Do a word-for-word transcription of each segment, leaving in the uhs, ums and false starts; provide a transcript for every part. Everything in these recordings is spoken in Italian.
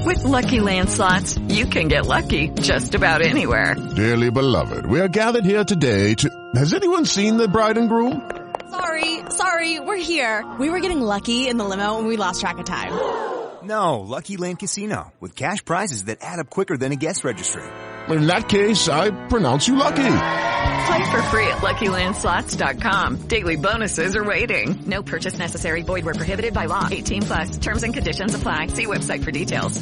With Lucky Land Slots, you can get lucky just about anywhere. Dearly beloved, we are gathered here today to... Has anyone seen the bride and groom? Sorry, sorry, we're here. We were getting lucky in the limo and we lost track of time. No, Lucky Land Casino, with cash prizes that add up quicker than a guest registry. In that case, I pronounce you lucky. Play for free at Lucky Land Slots dot com. Daily bonuses are waiting. No purchase necessary. Void where prohibited by law. eighteen plus. Terms and conditions apply. See website for details.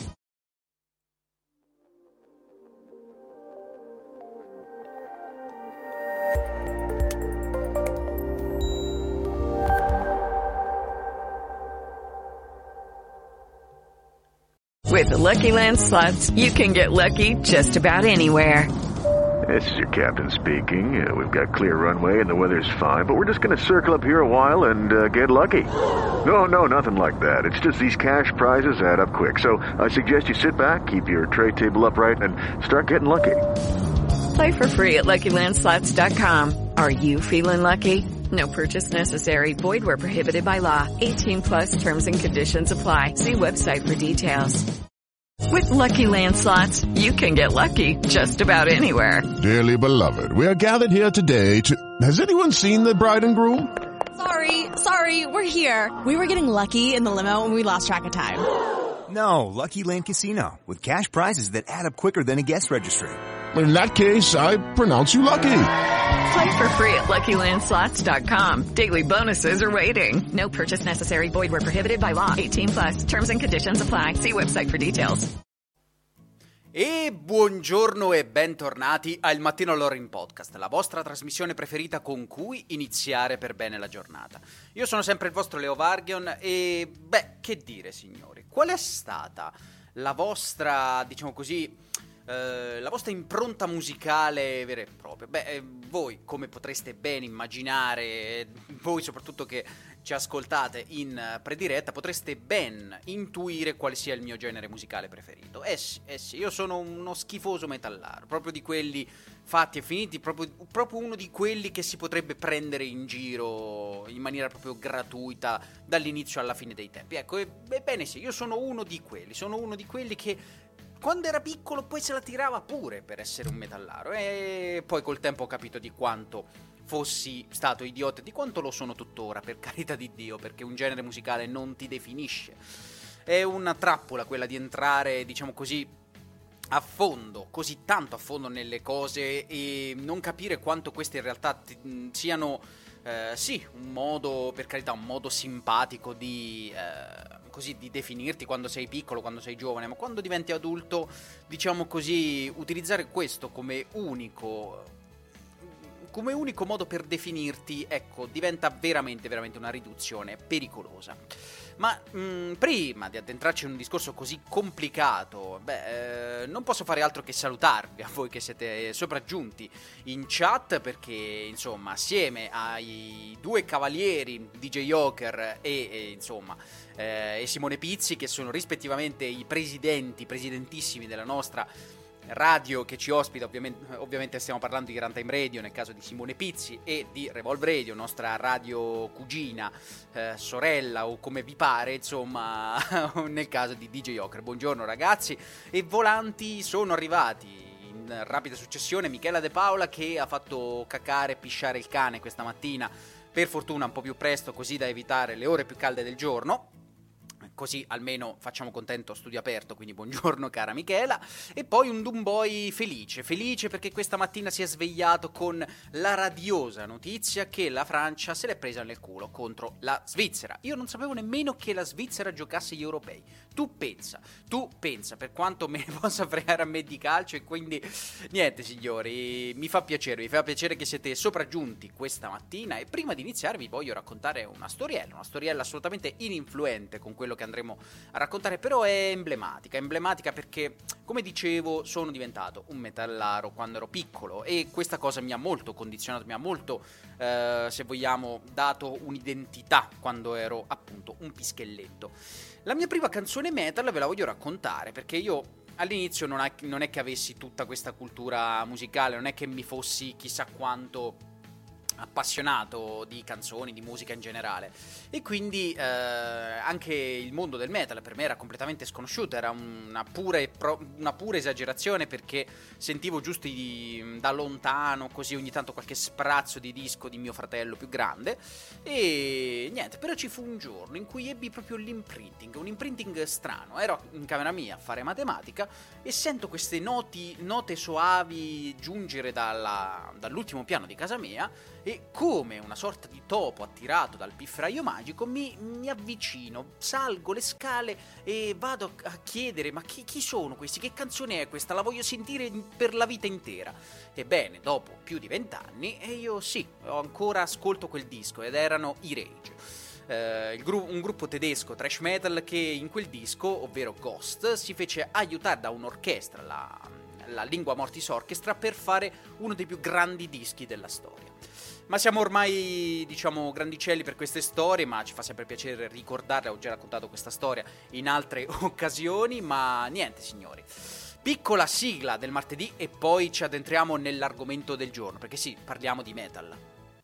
With the Lucky Land Slots, you can get lucky just about anywhere. This is your captain speaking. Uh, we've got clear runway and the weather's fine, but we're just going to circle up here a while and uh, get lucky. No, no, nothing like that. It's just these cash prizes add up quick. So I suggest you sit back, keep your tray table upright, and start getting lucky. Play for free at Lucky Land Slots dot com. Are you feeling lucky? No purchase necessary. Void where prohibited by law. eighteen plus terms and conditions apply. See website for details. With Lucky Land Slots, you can get lucky just about anywhere. Dearly beloved, we are gathered here today to... Has anyone seen the bride and groom? Sorry, sorry, we're here. We were getting lucky in the limo and we lost track of time. No, Lucky Land Casino, with cash prizes that add up quicker than a guest registry. In that case, I pronounce you lucky. Play for free at Lucky Land Slots dot com. Daily bonuses are waiting. No purchase necessary. Void where prohibited by law. eighteen plus. Terms and conditions apply. See website for details. E buongiorno e bentornati al Mattino All'Ora in Podcast, la vostra trasmissione preferita con cui iniziare per bene la giornata. Io sono sempre il vostro Leo Varghion e, beh, che dire signori, qual è stata la vostra, diciamo così... Uh, la vostra impronta musicale vera e propria? Beh, eh, voi, come potreste ben immaginare, voi soprattutto che ci ascoltate in uh, prediretta, potreste ben intuire quale sia il mio genere musicale preferito. Eh sì, eh sì, io sono uno schifoso metallaro, proprio di quelli fatti e finiti, proprio, proprio uno di quelli che si potrebbe prendere in giro in maniera proprio gratuita dall'inizio alla fine dei tempi. Ecco, e, ebbene sì, io sono uno di quelli, sono uno di quelli che quando era piccolo poi se la tirava pure per essere un metallaro, e poi col tempo ho capito di quanto fossi stato idiota, di quanto lo sono tuttora, per carità di Dio, perché un genere musicale non ti definisce. È una trappola quella di entrare, diciamo così, a fondo, così tanto a fondo nelle cose e non capire quanto queste in realtà t- siano eh, sì, un modo, per carità, un modo simpatico di eh, così di definirti quando sei piccolo, quando sei giovane, ma quando diventi adulto, diciamo così, utilizzare questo come unico come unico modo per definirti, ecco, diventa veramente veramente una riduzione pericolosa. Ma mh, prima di addentrarci in un discorso così complicato, beh, eh, non posso fare altro che salutarvi a voi che siete sopraggiunti in chat, perché insomma assieme ai due cavalieri D J Joker e, e insomma eh, e Simone Pizzi, che sono rispettivamente i presidenti, presidentissimi della nostra radio che ci ospita, ovviamente, ovviamente stiamo parlando di Runtime Radio nel caso di Simone Pizzi, e di Revolve Radio, nostra radio cugina, eh, sorella o come vi pare, insomma, nel caso di D J Joker. Buongiorno ragazzi, e volanti sono arrivati in rapida successione Michela De Paola, che ha fatto cacare e pisciare il cane questa mattina, per fortuna un po' più presto, così da evitare le ore più calde del giorno. Così almeno facciamo contento Studio Aperto, quindi buongiorno cara Michela. E poi un Dumboy felice, felice perché questa mattina si è svegliato con la radiosa notizia che la Francia se l'è presa nel culo contro la Svizzera. Io non sapevo nemmeno che la Svizzera giocasse gli europei. Tu pensa, tu pensa, per quanto me ne possa fregare a me di calcio, e quindi niente signori, mi fa piacere, mi fa piacere che siete sopraggiunti questa mattina. E prima di iniziare vi voglio raccontare una storiella, una storiella assolutamente ininfluente con quello che andremo a raccontare, però è emblematica, emblematica perché, come dicevo, sono diventato un metallaro quando ero piccolo e questa cosa mi ha molto condizionato, mi ha molto, eh, se vogliamo, dato un'identità quando ero appunto un pischelletto. La mia prima canzone metal ve la voglio raccontare perché io all'inizio non è, non è che avessi tutta questa cultura musicale, non è che mi fossi chissà quanto appassionato di canzoni, di musica in generale, e quindi eh, anche il mondo del metal per me era completamente sconosciuto, era una pura, una pura esagerazione, perché sentivo giusto i, da lontano, così ogni tanto qualche sprazzo di disco di mio fratello più grande, e niente. Però ci fu un giorno in cui ebbi proprio l'imprinting, un imprinting strano. Ero in camera mia a fare matematica e sento queste noti, note soavi giungere dalla, dall'ultimo piano di casa mia, e come una sorta di topo attirato dal piffraio magico mi, mi avvicino, salgo le scale e vado a chiedere: ma chi, chi sono questi? Che canzone è questa? La voglio sentire per la vita intera. Ebbene, dopo più di vent'anni, e io sì, ho ancora ascolto quel disco, ed erano i Rage. Uh, il gru- un gruppo tedesco thrash metal che in quel disco, ovvero Ghost, si fece aiutare da un'orchestra, la, la Lingua Mortis Orchestra, per fare uno dei più grandi dischi della storia. Ma siamo ormai, diciamo, grandicelli per queste storie, ma ci fa sempre piacere ricordarle. Ho già raccontato questa storia in altre occasioni, ma niente, signori. Piccola sigla del martedì e poi ci addentriamo nell'argomento del giorno, perché sì, parliamo di metal.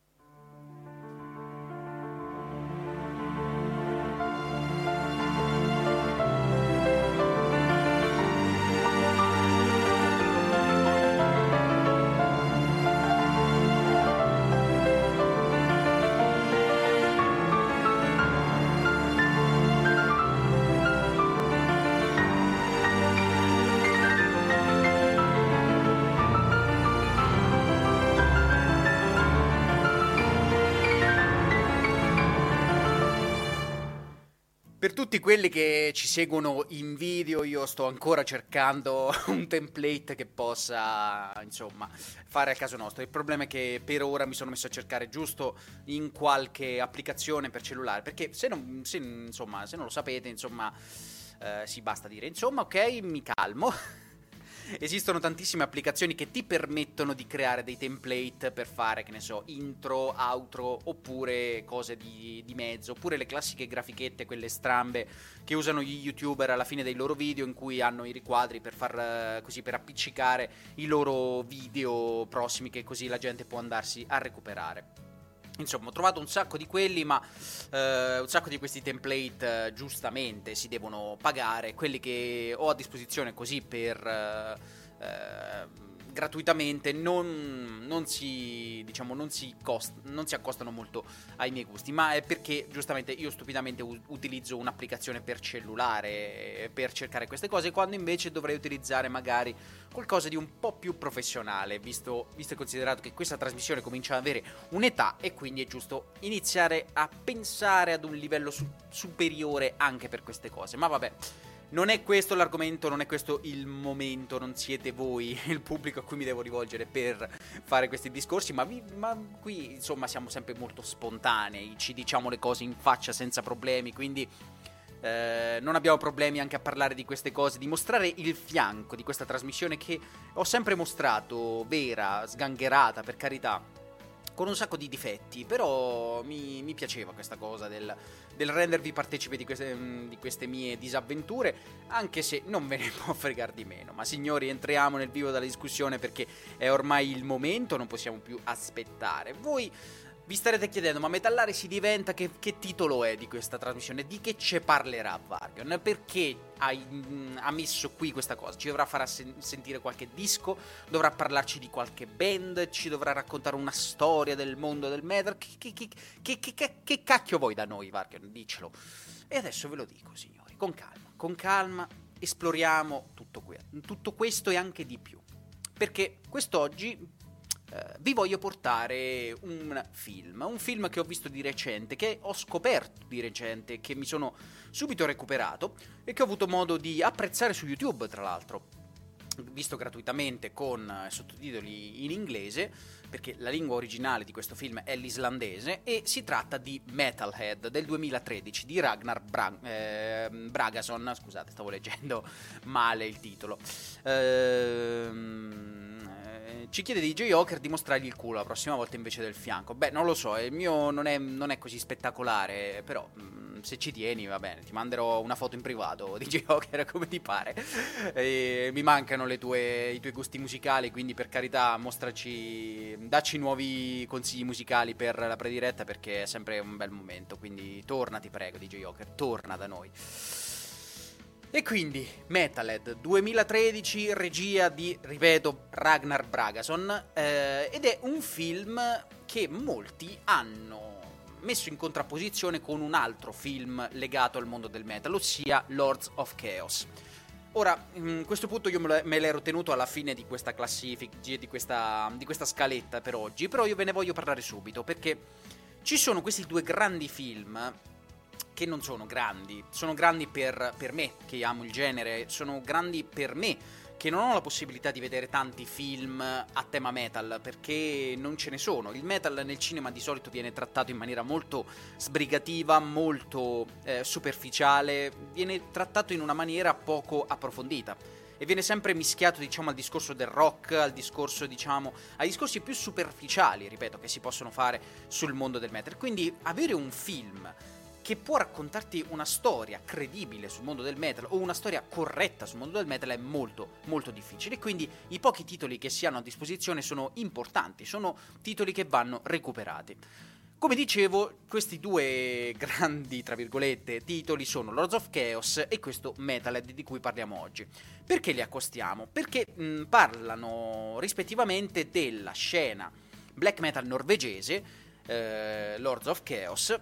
Per tutti quelli che ci seguono in video, io sto ancora cercando un template che possa, insomma, fare a caso nostro. Il problema è che per ora mi sono messo a cercare giusto in qualche applicazione per cellulare, perché se non, se, insomma, se non lo sapete, insomma, eh, sì, basta dire, insomma, ok, mi calmo. Esistono tantissime applicazioni che ti permettono di creare dei template per fare, che ne so, intro, outro, oppure cose di, di mezzo, oppure le classiche grafichette, quelle strambe che usano gli youtuber alla fine dei loro video, in cui hanno i riquadri per far così, per appiccicare i loro video prossimi, che così la gente può andarsi a recuperare. Insomma, ho trovato un sacco di quelli, ma eh, un sacco di questi template eh, giustamente si devono pagare. Quelli che ho a disposizione così per eh, eh, gratuitamente non, non si, diciamo, non si cost- non si accostano molto ai miei gusti, ma è perché giustamente io stupidamente u- utilizzo un'applicazione per cellulare per cercare queste cose, quando invece dovrei utilizzare magari qualcosa di un po' più professionale, visto, visto e considerato che questa trasmissione comincia ad avere un'età, e quindi è giusto iniziare a pensare ad un livello su- superiore anche per queste cose. Ma vabbè, non è questo l'argomento, non è questo il momento, non siete voi il pubblico a cui mi devo rivolgere per fare questi discorsi, ma, vi, ma qui insomma siamo sempre molto spontanei, ci diciamo le cose in faccia senza problemi, quindi eh, non abbiamo problemi anche a parlare di queste cose, di mostrare il fianco di questa trasmissione che ho sempre mostrato vera, sgangherata, per carità, con un sacco di difetti, però mi, mi piaceva questa cosa del, del rendervi partecipi di queste, di queste mie disavventure, anche se non ve ne può fregare di meno. Ma signori, entriamo nel vivo della discussione, perché è ormai il momento, non possiamo più aspettare. Voi vi starete chiedendo: ma Metallare si diventa, che, che titolo è di questa trasmissione? Di che ci parlerà Vargon? Perché hai, mh, ha messo qui questa cosa? Ci dovrà far sen- sentire qualche disco? Dovrà parlarci di qualche band? Ci dovrà raccontare una storia del mondo del metal? Che, che, che, che, che, che, che cacchio vuoi da noi, Vargon? Dicelo. E adesso ve lo dico, signori, con calma, con calma esploriamo tutto, que- tutto questo e anche di più, perché quest'oggi Uh, vi voglio portare un film, un film che ho visto di recente, che ho scoperto di recente, che mi sono subito recuperato e che ho avuto modo di apprezzare su YouTube, tra l'altro, visto gratuitamente con uh, sottotitoli in inglese, perché la lingua originale di questo film è l'islandese, e si tratta di Metalhead del duemilatredici di Ragnar Bra- eh, Bragason. Scusate, stavo leggendo male il titolo. Ehm... Ci chiede di J. Joker di mostrargli il culo la prossima volta invece del fianco. Beh, non lo so, il mio non è, non è così spettacolare, però mh, se ci tieni va bene, ti manderò una foto in privato di Joker come ti pare. E mi mancano le tue, i tuoi gusti musicali, quindi per carità mostraci, dacci nuovi consigli musicali per la prediretta, perché è sempre un bel momento, quindi torna, ti prego D J Joker, torna da noi. E quindi Metalhead duemilatredici, regia di, ripeto, Ragnar Bragason, eh, ed è un film che molti hanno messo in contrapposizione con un altro film legato al mondo del metal, ossia Lords of Chaos. Ora, a questo punto io me l'ero tenuto alla fine di questa classifica, di questa, di questa scaletta per oggi, però io ve ne voglio parlare subito, perché ci sono questi due grandi film che non sono grandi, sono grandi per, per me, che amo il genere, sono grandi per me, che non ho la possibilità di vedere tanti film a tema metal, perché non ce ne sono. Il metal nel cinema di solito viene trattato in maniera molto sbrigativa, molto eh, superficiale, viene trattato in una maniera poco approfondita. E viene sempre mischiato, diciamo, al discorso del rock, al discorso, diciamo, ai discorsi più superficiali, ripeto, che si possono fare sul mondo del metal. Quindi avere un film che può raccontarti una storia credibile sul mondo del metal o una storia corretta sul mondo del metal è molto molto difficile, quindi i pochi titoli che si hanno a disposizione sono importanti, sono titoli che vanno recuperati. Come dicevo, questi due grandi, tra virgolette, titoli sono Lords of Chaos e questo Metalhead di cui parliamo oggi. Perché li accostiamo? Perché mh, parlano rispettivamente della scena black metal norvegese, eh, Lords of Chaos,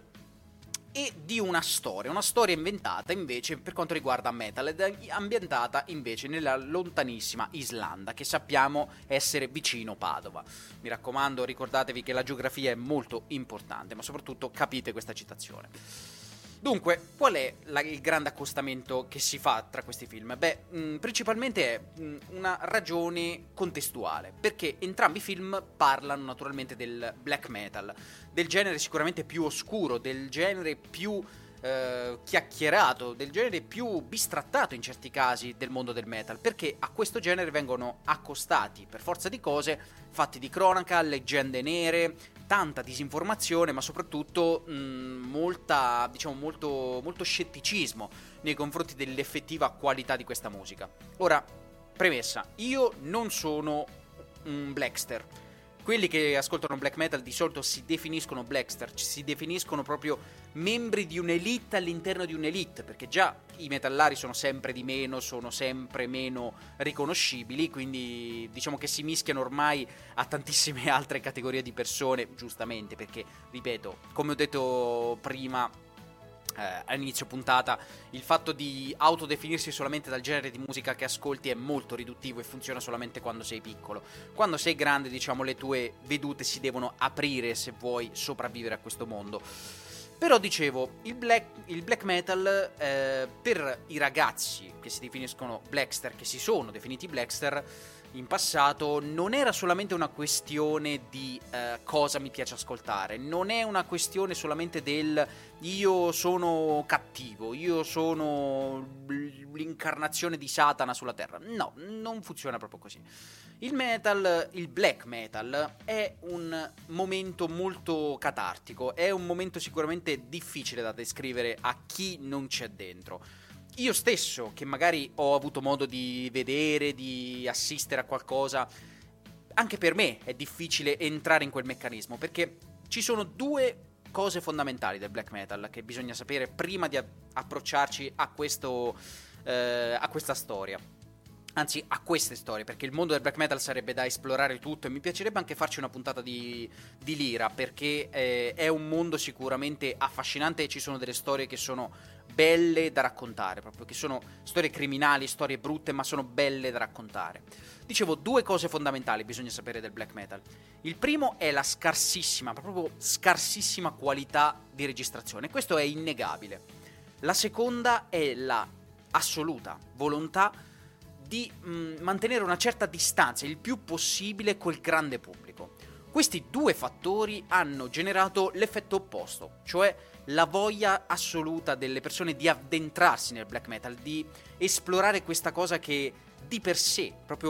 e di una storia, una storia inventata invece per quanto riguarda Metalhead, ambientata invece nella lontanissima Islanda, che sappiamo essere vicino Padova. Mi raccomando, ricordatevi che la geografia è molto importante, ma soprattutto capite questa citazione. Dunque, qual è la, il grande accostamento che si fa tra questi film? Beh, mh, principalmente è mh, una ragione contestuale, perché entrambi i film parlano naturalmente del black metal, del genere sicuramente più oscuro, del genere più eh, chiacchierato, del genere più bistrattato in certi casi del mondo del metal, perché a questo genere vengono accostati per forza di cose fatti di cronaca, leggende nere, tanta disinformazione, ma soprattutto mh, molta, diciamo, molto, molto scetticismo nei confronti dell'effettiva qualità di questa musica. Ora, premessa, io non sono un blackster. Quelli che ascoltano black metal di solito si definiscono blackster, si definiscono proprio membri di un'elite all'interno di un'elite, perché già i metallari sono sempre di meno, sono sempre meno riconoscibili, quindi diciamo che si mischiano ormai a tantissime altre categorie di persone, giustamente, perché, ripeto, come ho detto prima, Eh, all'inizio puntata, il fatto di autodefinirsi solamente dal genere di musica che ascolti è molto riduttivo e funziona solamente quando sei piccolo. Quando sei grande, diciamo, le tue vedute si devono aprire se vuoi sopravvivere a questo mondo. Però dicevo, il black, il black metal eh, per i ragazzi che si definiscono blackster, che si sono definiti blackster in passato, non era solamente una questione di eh, cosa mi piace ascoltare, non è una questione solamente del io sono cattivo, io sono l'incarnazione di Satana sulla terra. No, non funziona proprio così. Il metal, il black metal è un momento molto catartico, è un momento sicuramente difficile da descrivere a chi non c'è dentro. Io stesso, che magari ho avuto modo di vedere, di assistere a qualcosa, anche per me è difficile entrare in quel meccanismo, perché ci sono due cose fondamentali del black metal che bisogna sapere prima di approcciarci a questo, eh, a questa storia. Anzi, a queste storie, perché il mondo del black metal sarebbe da esplorare tutto e mi piacerebbe anche farci una puntata di, di lira, perché eh, è un mondo sicuramente affascinante e ci sono delle storie che sono belle da raccontare, proprio che sono storie criminali, storie brutte, ma sono belle da raccontare. Dicevo, due cose fondamentali bisogna sapere del black metal. Il primo è la scarsissima, proprio scarsissima qualità di registrazione, questo è innegabile. La seconda è la assoluta volontà di mh, mantenere una certa distanza, il più possibile, col grande pubblico. Questi due fattori hanno generato l'effetto opposto, cioè la voglia assoluta delle persone di addentrarsi nel black metal, di esplorare questa cosa che di per sé, proprio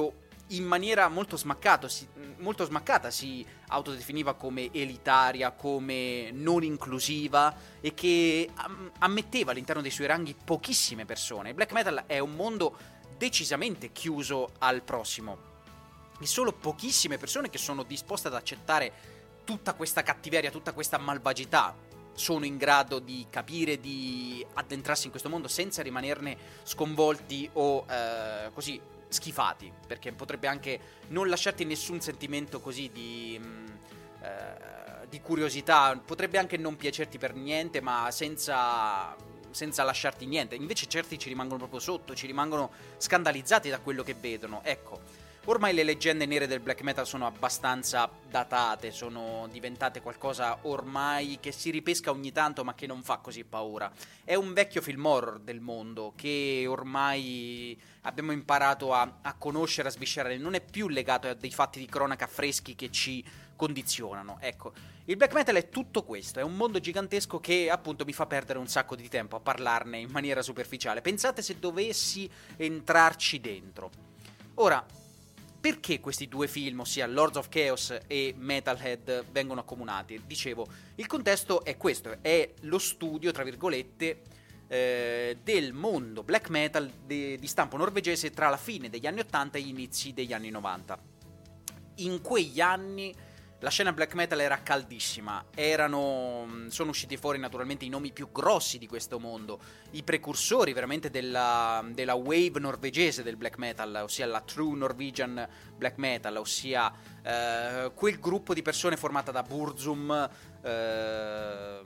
in maniera molto smaccato, si, molto smaccata si autodefiniva come elitaria, come non inclusiva e che am- ammetteva all'interno dei suoi ranghi pochissime persone. Il black metal è un mondo decisamente chiuso al prossimo e solo pochissime persone che sono disposte ad accettare tutta questa cattiveria, tutta questa malvagità sono in grado di capire, di addentrarsi in questo mondo senza rimanerne sconvolti o eh, così schifati, perché potrebbe anche non lasciarti nessun sentimento così di, mh, eh, di curiosità, potrebbe anche non piacerti per niente, ma senza, senza lasciarti niente. Invece certi ci rimangono proprio sotto, ci rimangono scandalizzati da quello che vedono. Ecco, ormai le leggende nere del black metal sono abbastanza datate, sono diventate qualcosa ormai che si ripesca ogni tanto ma che non fa così paura. È un vecchio film horror del mondo che ormai abbiamo imparato a, a conoscere, a sviscerare, non è più legato a dei fatti di cronaca freschi che ci condizionano. Ecco, il black metal è tutto questo, è un mondo gigantesco che appunto mi fa perdere un sacco di tempo a parlarne in maniera superficiale. Pensate se dovessi entrarci dentro. Ora, perché questi due film, ossia Lords of Chaos e Metalhead, vengono accomunati? Dicevo, il contesto è questo, è lo studio, tra virgolette, eh, del mondo black metal de- di stampo norvegese tra la fine degli anni ottanta e gli inizi degli anni novanta. In quegli anni la scena black metal era caldissima, erano, sono usciti fuori naturalmente i nomi più grossi di questo mondo, i precursori veramente della, della wave norvegese del black metal, ossia la True Norwegian Black Metal, ossia eh, quel gruppo di persone formata da Burzum, eh,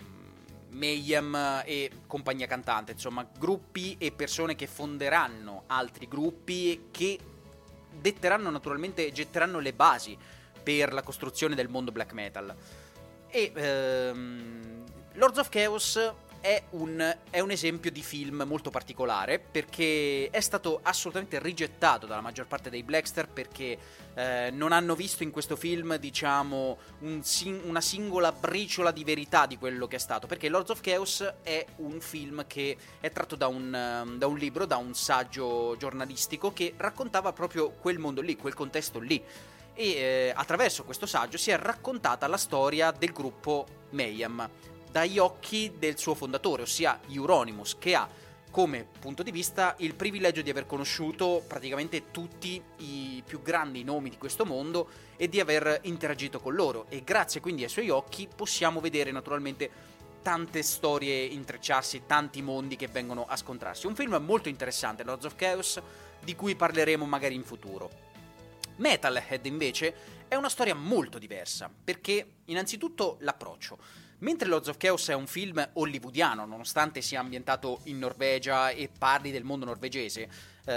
Mayhem e compagnia cantante, insomma gruppi e persone che fonderanno altri gruppi che detteranno naturalmente, getteranno le basi per la costruzione del mondo black metal. E ehm, Lords of Chaos è un, è un esempio di film molto particolare perché è stato assolutamente rigettato dalla maggior parte dei Blackster perché eh, non hanno visto in questo film, diciamo, un sing- una singola briciola di verità di quello che è stato, perché Lords of Chaos è un film che è tratto da un, da un libro, da un saggio giornalistico che raccontava proprio quel mondo lì, quel contesto lì. E eh, attraverso questo saggio si è raccontata la storia del gruppo Mayhem dagli occhi del suo fondatore, ossia Euronymous, che ha come punto di vista il privilegio di aver conosciuto praticamente tutti i più grandi nomi di questo mondo e di aver interagito con loro, e grazie quindi ai suoi occhi possiamo vedere naturalmente tante storie intrecciarsi, tanti mondi che vengono a scontrarsi. Un film molto interessante, Lords of Chaos, di cui parleremo magari in futuro. Metalhead invece è una storia molto diversa, perché innanzitutto l'approccio. Mentre Lords of Chaos è un film hollywoodiano, nonostante sia ambientato in Norvegia e parli del mondo norvegese,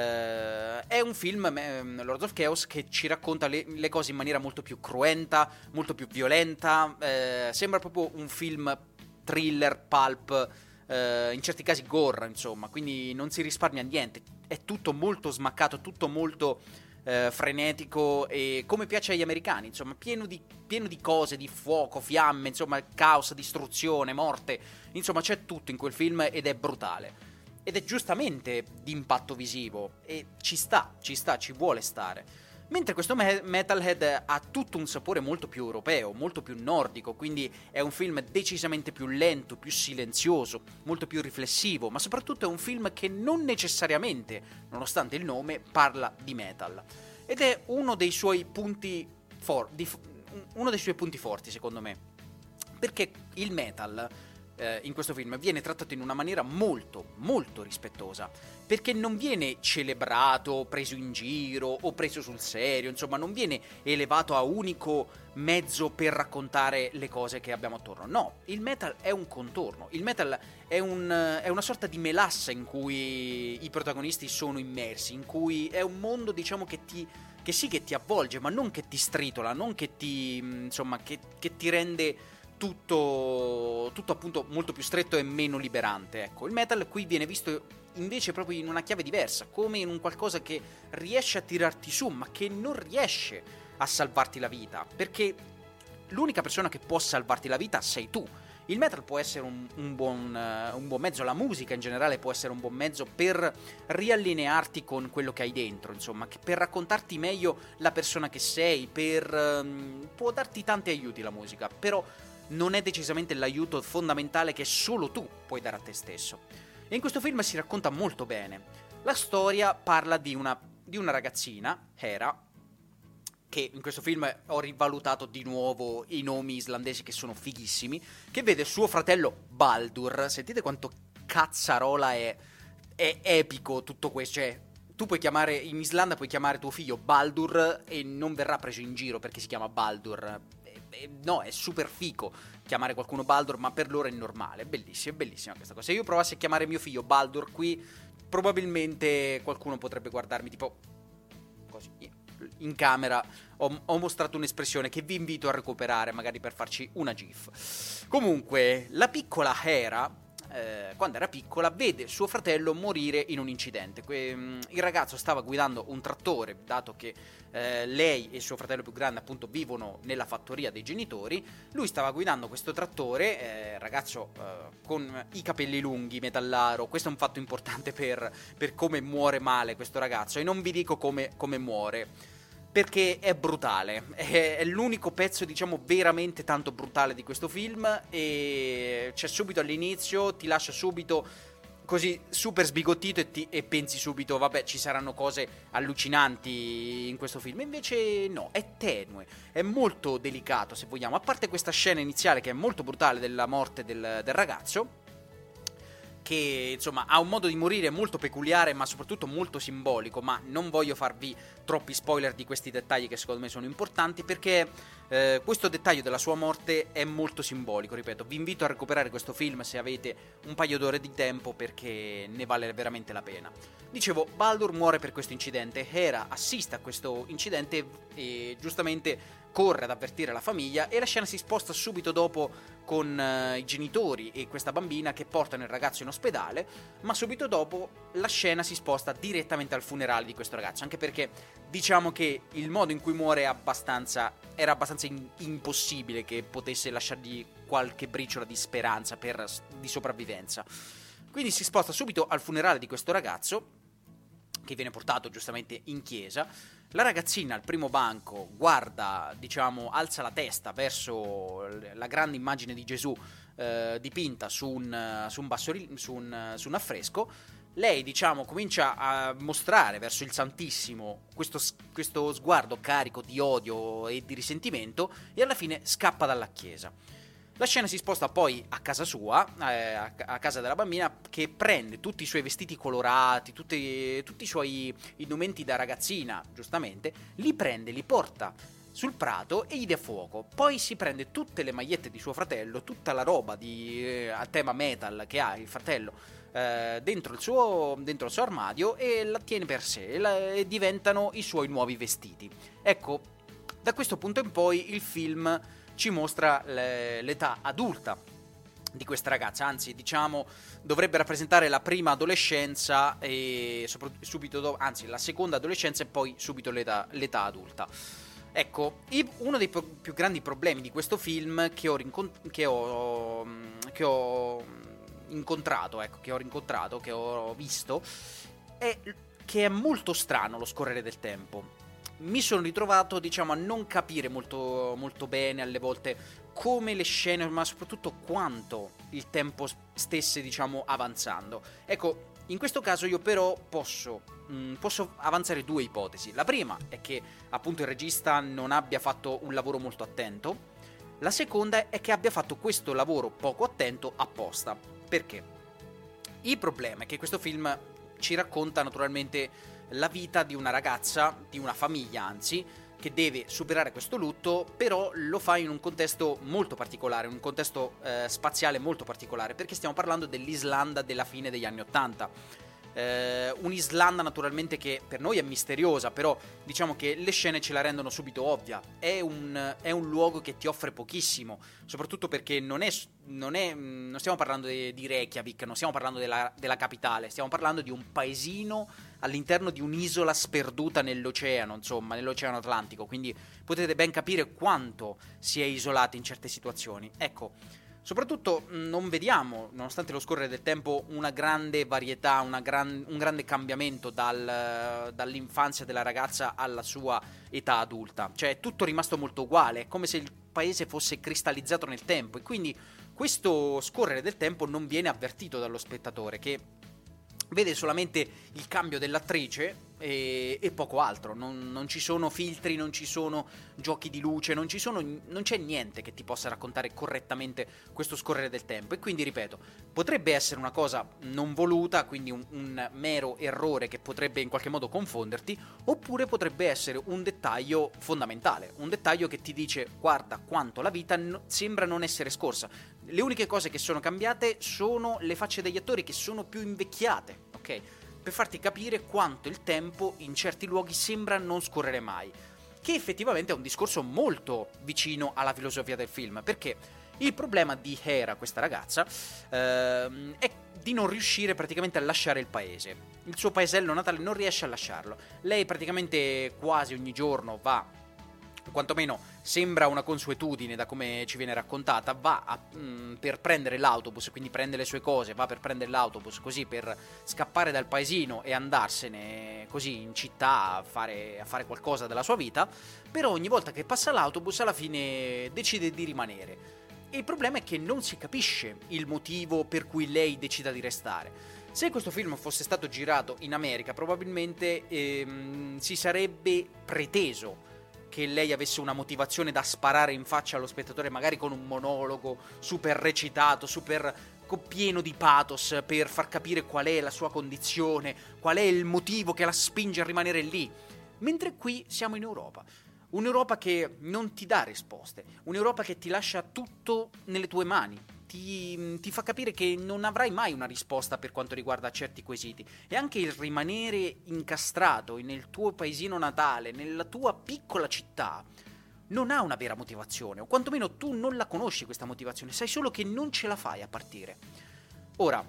eh, è un film, eh, Lords of Chaos, che ci racconta le, le cose in maniera molto più cruenta, molto più violenta, eh, sembra proprio un film thriller, pulp, eh, in certi casi gore, insomma, quindi non si risparmia niente, è tutto molto smaccato, tutto molto Eh, frenetico e come piace agli americani, insomma, pieno di, pieno di cose, di fuoco, fiamme, insomma, caos, distruzione, morte, insomma, c'è tutto in quel film ed è brutale. Ed è giustamente di impatto visivo e ci sta, ci sta, ci vuole stare. Mentre questo me- Metalhead ha tutto un sapore molto più europeo, molto più nordico, quindi è un film decisamente più lento, più silenzioso, molto più riflessivo, ma soprattutto è un film che non necessariamente, nonostante il nome, parla di metal. Ed è uno dei suoi punti for- di f- uno dei suoi punti forti, secondo me, perché il metal eh, in questo film viene trattato in una maniera molto, molto rispettosa, perché non viene celebrato, preso in giro o preso sul serio, insomma non viene elevato a unico mezzo per raccontare le cose che abbiamo attorno. No, il metal è un contorno, il metal è, un, è una sorta di melassa in cui i protagonisti sono immersi, in cui è un mondo, diciamo, che ti che sì che ti avvolge, ma non che ti stritola, non che ti insomma che, che ti rende tutto tutto appunto molto più stretto e meno liberante. Ecco, il metal qui viene visto invece proprio in una chiave diversa, come in un qualcosa che riesce a tirarti su, ma che non riesce a salvarti la vita, perché l'unica persona che può salvarti la vita sei tu. Il metal può essere un, un, buon, uh, un buon mezzo, la musica in generale può essere un buon mezzo per riallinearti con quello che hai dentro, insomma, per raccontarti meglio la persona che sei, per um, può darti tanti aiuti la musica, però non è decisamente l'aiuto fondamentale che solo tu puoi dare a te stesso. E in questo film si racconta molto bene. La storia parla di una, di una ragazzina, Hera, che in questo film ho rivalutato di nuovo i nomi islandesi che sono fighissimi, che vede suo fratello Baldur. Sentite quanto cazzarola è, è epico tutto questo, cioè tu puoi chiamare, in Islanda puoi chiamare tuo figlio Baldur e non verrà preso in giro perché si chiama Baldur. E, e, no, è super fico chiamare qualcuno Baldur, ma per loro è normale, è bellissimo, è bellissima questa cosa. Se io provassi a chiamare mio figlio Baldur qui, probabilmente qualcuno potrebbe guardarmi tipo così. In camera ho, ho mostrato un'espressione che vi invito a recuperare, magari per farci una gif. Comunque, la piccola Hera, eh, quando era piccola, vede suo fratello morire in un incidente. Que- il ragazzo stava guidando un trattore, dato che eh, lei e suo fratello più grande appunto vivono nella fattoria dei genitori. Lui stava guidando questo trattore, eh, ragazzo eh, con i capelli lunghi, metallaro. Questo è un fatto importante per, per come muore male questo ragazzo, e non vi dico come, come muore, perché è brutale, è, è l'unico pezzo, diciamo, veramente tanto brutale di questo film, e c'è subito all'inizio, ti lascia subito così super sbigottito e, ti, e pensi subito, vabbè, ci saranno cose allucinanti in questo film. Invece no, è tenue, è molto delicato, se vogliamo, a parte questa scena iniziale che è molto brutale della morte del, del ragazzo, che insomma ha un modo di morire molto peculiare, ma soprattutto molto simbolico. Ma non voglio farvi troppi spoiler di questi dettagli che secondo me sono importanti, perché eh, questo dettaglio della sua morte è molto simbolico. Ripeto, vi invito a recuperare questo film se avete un paio d'ore di tempo, perché ne vale veramente la pena. Dicevo, Baldur muore per questo incidente. Hera assiste a questo incidente e giustamente corre ad avvertire la famiglia, e la scena si sposta subito dopo con uh, i genitori e questa bambina che portano il ragazzo in ospedale. Ma subito dopo la scena si sposta direttamente al funerale di questo ragazzo, anche perché diciamo che il modo in cui muore è abbastanza, era abbastanza in, impossibile che potesse lasciargli qualche briciola di speranza per, di sopravvivenza. Quindi si sposta subito al funerale di questo ragazzo, che viene portato giustamente in chiesa. La ragazzina al primo banco guarda, diciamo, alza la testa verso la grande immagine di Gesù eh, dipinta su un, su un bassorilievo, su un, su un affresco. Lei, diciamo, comincia a mostrare verso il Santissimo questo, questo sguardo carico di odio e di risentimento, e alla fine scappa dalla chiesa. La scena si sposta poi a casa sua, eh, a casa della bambina, che prende tutti i suoi vestiti colorati, tutti, tutti i suoi indumenti da ragazzina, giustamente, li prende, li porta sul prato e gli dà fuoco. Poi si prende tutte le magliette di suo fratello, tutta la roba di, eh, a tema metal che ha il fratello eh, dentro, il suo, dentro il suo armadio, e la tiene per sé, e, la, e diventano i suoi nuovi vestiti. Ecco, da questo punto in poi il film ci mostra le, l'età adulta di questa ragazza, anzi diciamo dovrebbe rappresentare la prima adolescenza e subito dopo, anzi la seconda adolescenza e poi subito l'età, l'età adulta. Ecco, uno dei pro- più grandi problemi di questo film che ho, rincont- che ho, che ho incontrato, ecco, che ho rincontrato, che ho visto, è che è molto strano lo scorrere del tempo. Mi sono ritrovato, diciamo, a non capire molto, molto bene alle volte come le scene, ma soprattutto quanto il tempo stesse, diciamo, avanzando. Ecco, in questo caso io però posso, mh, posso avanzare due ipotesi. La prima è che appunto il regista non abbia fatto un lavoro molto attento. La seconda è che abbia fatto questo lavoro poco attento apposta. Perché? Il problema è che questo film ci racconta naturalmente la vita di una ragazza, di una famiglia anzi, che deve superare questo lutto, però lo fa in un contesto molto particolare, un contesto eh, spaziale molto particolare, perché stiamo parlando dell'Islanda della fine degli anni Ottanta. Eh, un'Islanda naturalmente che per noi è misteriosa, però diciamo che le scene ce la rendono subito ovvia. È un, è un luogo che ti offre pochissimo, soprattutto perché non è, non è non stiamo parlando di, di Reykjavik, non stiamo parlando della, della capitale, stiamo parlando di un paesino all'interno di un'isola sperduta nell'oceano, insomma, nell'oceano Atlantico, quindi potete ben capire quanto si è isolati in certe situazioni. Ecco, Soprattutto non vediamo, nonostante lo scorrere del tempo, una grande varietà, una gran, un grande cambiamento dal, dall'infanzia della ragazza alla sua età adulta. Cioè è tutto rimasto molto uguale, è come se il paese fosse cristallizzato nel tempo, e quindi questo scorrere del tempo non viene avvertito dallo spettatore, che vede solamente il cambio dell'attrice e, e poco altro. Non, non ci sono filtri, non ci sono giochi di luce, non ci sono, non c'è niente che ti possa raccontare correttamente questo scorrere del tempo. E quindi, ripeto, potrebbe essere una cosa non voluta, quindi un, un mero errore che potrebbe in qualche modo confonderti, oppure potrebbe essere un dettaglio fondamentale, un dettaglio che ti dice: guarda quanto la vita no, sembra non essere scorsa. Le uniche cose che sono cambiate sono le facce degli attori, che sono più invecchiate, ok? Per farti capire quanto il tempo in certi luoghi sembra non scorrere mai. Che effettivamente è un discorso molto vicino alla filosofia del film, perché il problema di Hera, questa ragazza, ehm, è di non riuscire praticamente a lasciare il paese. Il suo paesello natale non riesce a lasciarlo. Lei praticamente quasi ogni giorno va, quantomeno sembra una consuetudine da come ci viene raccontata, va a, mh, per prendere l'autobus, quindi prende le sue cose, va per prendere l'autobus così per scappare dal paesino e andarsene così in città a fare, a fare qualcosa della sua vita, però ogni volta che passa l'autobus alla fine decide di rimanere. E il problema è che non si capisce il motivo per cui lei decida di restare. Se questo film fosse stato girato in America, probabilmente ehm, si sarebbe preteso che lei avesse una motivazione da sparare in faccia allo spettatore, magari con un monologo super recitato, super pieno di pathos, per far capire qual è la sua condizione, qual è il motivo che la spinge a rimanere lì. Mentre qui siamo in Europa. Un'Europa che non ti dà risposte, un'Europa che ti lascia tutto nelle tue mani. Ti, ti fa capire che non avrai mai una risposta per quanto riguarda certi quesiti, e anche il rimanere incastrato nel tuo paesino natale, nella tua piccola città, non ha una vera motivazione, o quantomeno tu non la conosci questa motivazione, sai solo che non ce la fai a partire. Ora,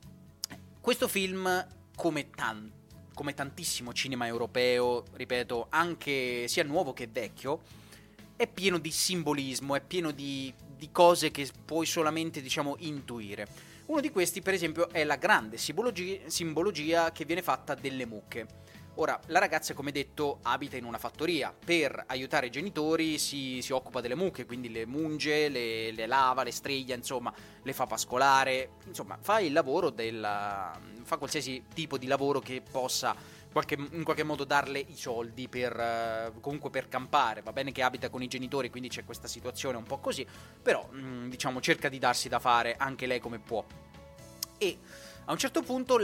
questo film, come, tan- come tantissimo cinema europeo, ripeto, anche sia nuovo che vecchio, è pieno di simbolismo, è pieno di, di cose che puoi solamente, diciamo, intuire. Uno di questi, per esempio, è la grande simbologia, simbologia che viene fatta delle mucche. Ora, la ragazza, come detto, abita in una fattoria. Per aiutare i genitori si, si occupa delle mucche, quindi le munge, le, le lava, le striglia, insomma, le fa pascolare. Insomma, fa il lavoro della... fa qualsiasi tipo di lavoro che possa qualche, in qualche modo darle i soldi per comunque per campare. Va bene che abita con i genitori, quindi c'è questa situazione un po' così, però mh, diciamo cerca di darsi da fare anche lei come può. E a un certo punto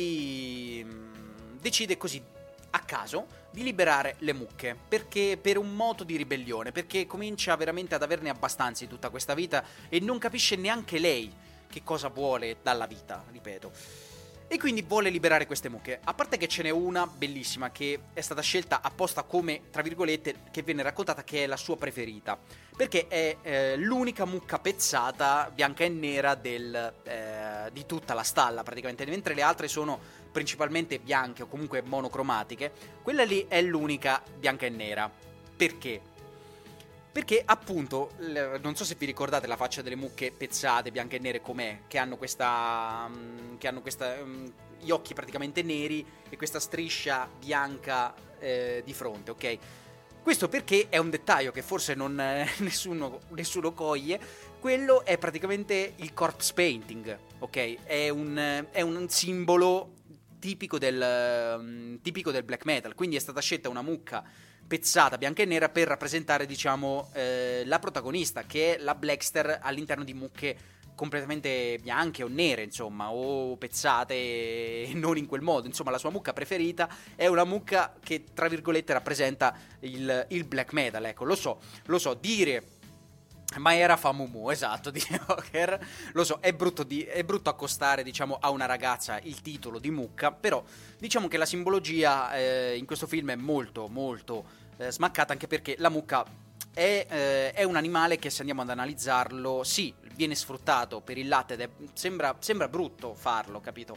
lei mh, decide così a caso di liberare le mucche, perché per un moto di ribellione, perché comincia veramente ad averne abbastanza di tutta questa vita e non capisce neanche lei che cosa vuole dalla vita, ripeto. E quindi vuole liberare queste mucche. A parte che ce n'è una bellissima che è stata scelta apposta come, tra virgolette, che viene raccontata che è la sua preferita, perché è eh, l'unica mucca pezzata bianca e nera del, eh, di tutta la stalla praticamente, mentre le altre sono principalmente bianche o comunque monocromatiche. Quella lì è l'unica bianca e nera. Perché? Perché appunto, non so se vi ricordate la faccia delle mucche pezzate, bianche e nere com'è, che hanno questa, che hanno questa, gli occhi praticamente neri e questa striscia bianca eh, di fronte, ok? Questo perché è un dettaglio che forse non eh, nessuno, nessuno coglie. Quello è praticamente il corpse painting, ok? È un, è un simbolo tipico del, um, tipico del black metal, quindi è stata scelta una mucca pezzata bianca e nera per rappresentare, diciamo, eh, la protagonista, che è la Blackster all'interno di mucche completamente bianche o nere, insomma, o pezzate e non in quel modo. Insomma, la sua mucca preferita è una mucca che, tra virgolette, rappresenta il, il black metal. Ecco, lo so, lo so, dire ma era Famumu, esatto, di Joker. Lo so, è brutto, di, è brutto accostare, diciamo, a una ragazza il titolo di mucca, però diciamo che la simbologia eh, in questo film è molto, molto eh, smaccata, anche perché la mucca è, eh, è un animale che, se andiamo ad analizzarlo, sì, viene sfruttato per il latte ed è, sembra, sembra brutto farlo, capito?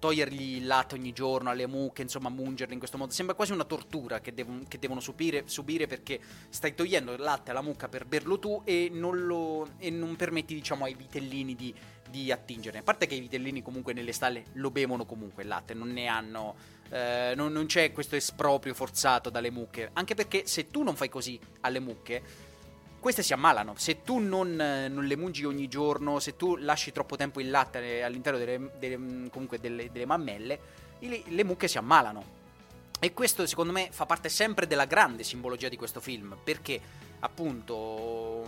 togliergli il latte ogni giorno alle mucche, insomma mungerle in questo modo, sembra quasi una tortura che, dev- che devono subire, subire perché stai togliendo il latte alla mucca per berlo tu e non, lo, e non permetti, diciamo, ai vitellini di, di attingerne. A parte che i vitellini comunque nelle stalle lo bevono comunque il latte, non ne hanno, eh, non, non c'è questo esproprio forzato dalle mucche, anche perché se tu non fai così alle mucche, queste si ammalano. Se tu non, non le mungi ogni giorno, se tu lasci troppo tempo il latte all'interno delle, delle, comunque delle, delle mammelle, le, le mucche si ammalano. E questo secondo me fa parte sempre della grande simbologia di questo film, perché appunto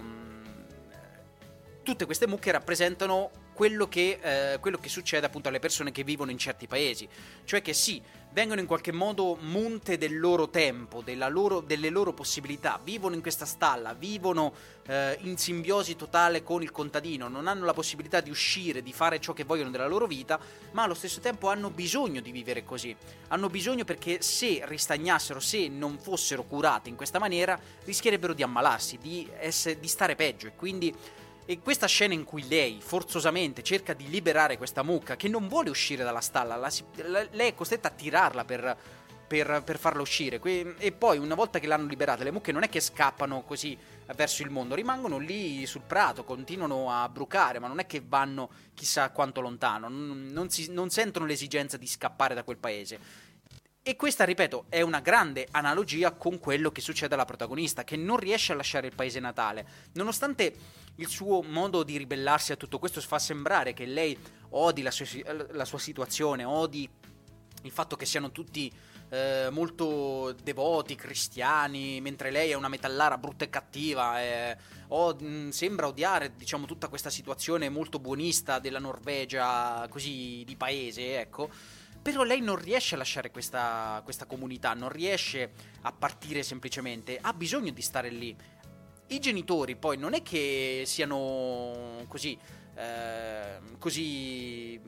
tutte queste mucche rappresentano quello che, eh, quello che succede appunto alle persone che vivono in certi paesi, cioè che sì, vengono in qualche modo munte del loro tempo, della loro, delle loro possibilità, vivono in questa stalla, vivono eh, in simbiosi totale con il contadino, non hanno la possibilità di uscire, di fare ciò che vogliono della loro vita, ma allo stesso tempo hanno bisogno di vivere così, hanno bisogno perché se ristagnassero, se non fossero curate in questa maniera, rischierebbero di ammalarsi, di, essere, di stare peggio. E quindi E questa scena in cui lei forzosamente cerca di liberare questa mucca che non vuole uscire dalla stalla, la, la, lei è costretta a tirarla per, per, per farla uscire. Que- e poi una volta che l'hanno liberata, le mucche non è che scappano così verso il mondo, rimangono lì sul prato, continuano a brucare, ma non è che vanno chissà quanto lontano, non, non, si, non sentono l'esigenza di scappare da quel paese. E questa, ripeto, è una grande analogia con quello che succede alla protagonista, che non riesce a lasciare il paese natale, nonostante il suo modo di ribellarsi a tutto questo fa sembrare che lei odi la sua, la sua situazione, odi il fatto che siano tutti eh, molto devoti, cristiani, mentre lei è una metallara brutta e cattiva, eh, o, mh, sembra odiare, diciamo, tutta questa situazione molto buonista della Norvegia, così di paese, ecco. Però lei non riesce a lasciare questa, questa comunità, non riesce a partire semplicemente, ha bisogno di stare lì. I genitori poi non è che siano così, eh, così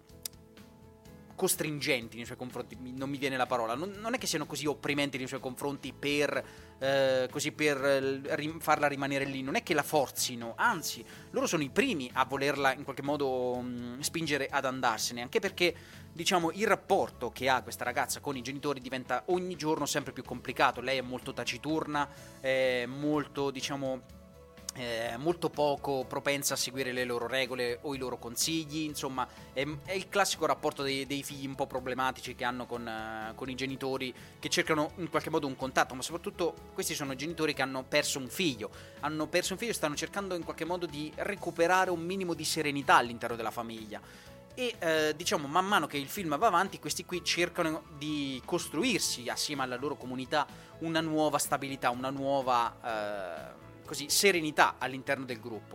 costringenti nei suoi confronti, non mi viene la parola, non, non è che siano così opprimenti nei suoi confronti per, eh, così per rim- farla rimanere lì, non è che la forzino, anzi, loro sono i primi a volerla in qualche modo mh, spingere ad andarsene, anche perché, diciamo, il rapporto che ha questa ragazza con i genitori diventa ogni giorno sempre più complicato. Lei è molto taciturna, è molto, diciamo, eh, molto poco propensa a seguire le loro regole o i loro consigli, insomma è, è il classico rapporto dei, dei figli un po' problematici che hanno con, uh, con i genitori, che cercano in qualche modo un contatto, ma soprattutto questi sono genitori che hanno perso un figlio, hanno perso un figlio e stanno cercando in qualche modo di recuperare un minimo di serenità all'interno della famiglia. E eh, diciamo, man mano che il film va avanti, questi qui cercano di costruirsi assieme alla loro comunità una nuova stabilità, una nuova eh, così serenità all'interno del gruppo.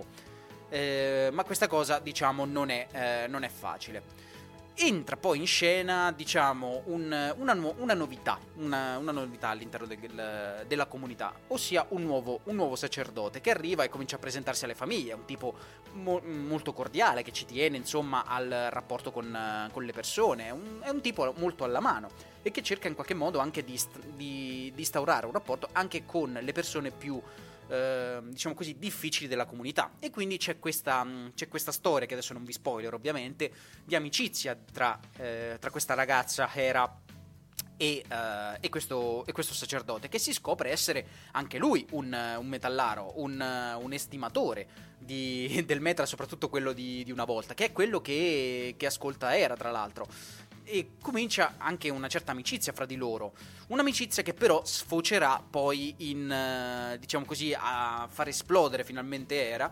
Eh, ma questa cosa, diciamo, non è, eh, non è facile. Entra poi in scena, diciamo, un, una, nu- una novità, una, una novità all'interno del, della comunità, ossia un nuovo, un nuovo sacerdote che arriva e comincia a presentarsi alle famiglie, è un tipo mo- molto cordiale che ci tiene, insomma, al rapporto con, con le persone, è un, è un tipo molto alla mano e che cerca in qualche modo anche di, st- di, di instaurare un rapporto anche con le persone più Eh, diciamo così difficili della comunità. E quindi c'è questa, c'è questa storia, che adesso non vi spoiler ovviamente, di amicizia tra, eh, tra questa ragazza Hera e, uh, e, questo, e questo sacerdote, che si scopre essere anche lui un, un metallaro, un, un estimatore di, del metal, soprattutto quello di, di una volta, che è quello che, che ascolta Hera, tra l'altro. E comincia anche una certa amicizia fra di loro, un'amicizia che però sfocerà poi in, eh, diciamo così, a far esplodere finalmente Hera,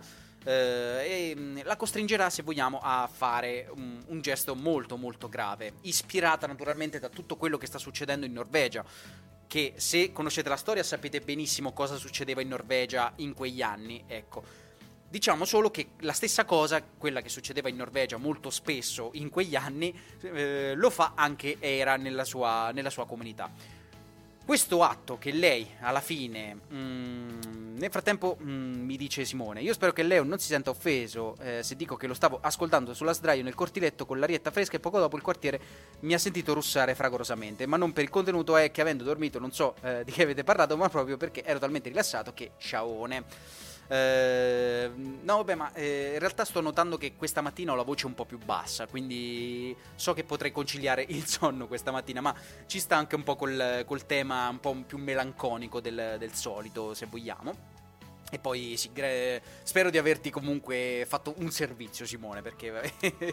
eh, e la costringerà, se vogliamo, a fare un, un gesto molto molto grave, ispirata naturalmente da tutto quello che sta succedendo in Norvegia, che se conoscete la storia sapete benissimo cosa succedeva in Norvegia in quegli anni, ecco. Diciamo solo che la stessa cosa, quella che succedeva in Norvegia molto spesso in quegli anni, eh, lo fa anche Hera nella sua, nella sua comunità. Questo atto che lei alla fine, mm, nel frattempo mm, mi dice Simone, io spero che Leo non si senta offeso eh, se dico che lo stavo ascoltando sulla sdraio nel cortiletto con l'arietta fresca e poco dopo il quartiere mi ha sentito russare fragorosamente, ma non per il contenuto, è che avendo dormito non so eh, di che avete parlato, ma proprio perché ero talmente rilassato che sciaone. Eh, no vabbè, ma eh, in realtà sto notando che questa mattina ho la voce un po' più bassa, quindi so che potrei conciliare il sonno questa mattina, ma ci sta anche un po' col, col tema un po' più melanconico del, del solito, se vogliamo. E poi sì, gre- spero di averti comunque fatto un servizio, Simone, perché vabbè,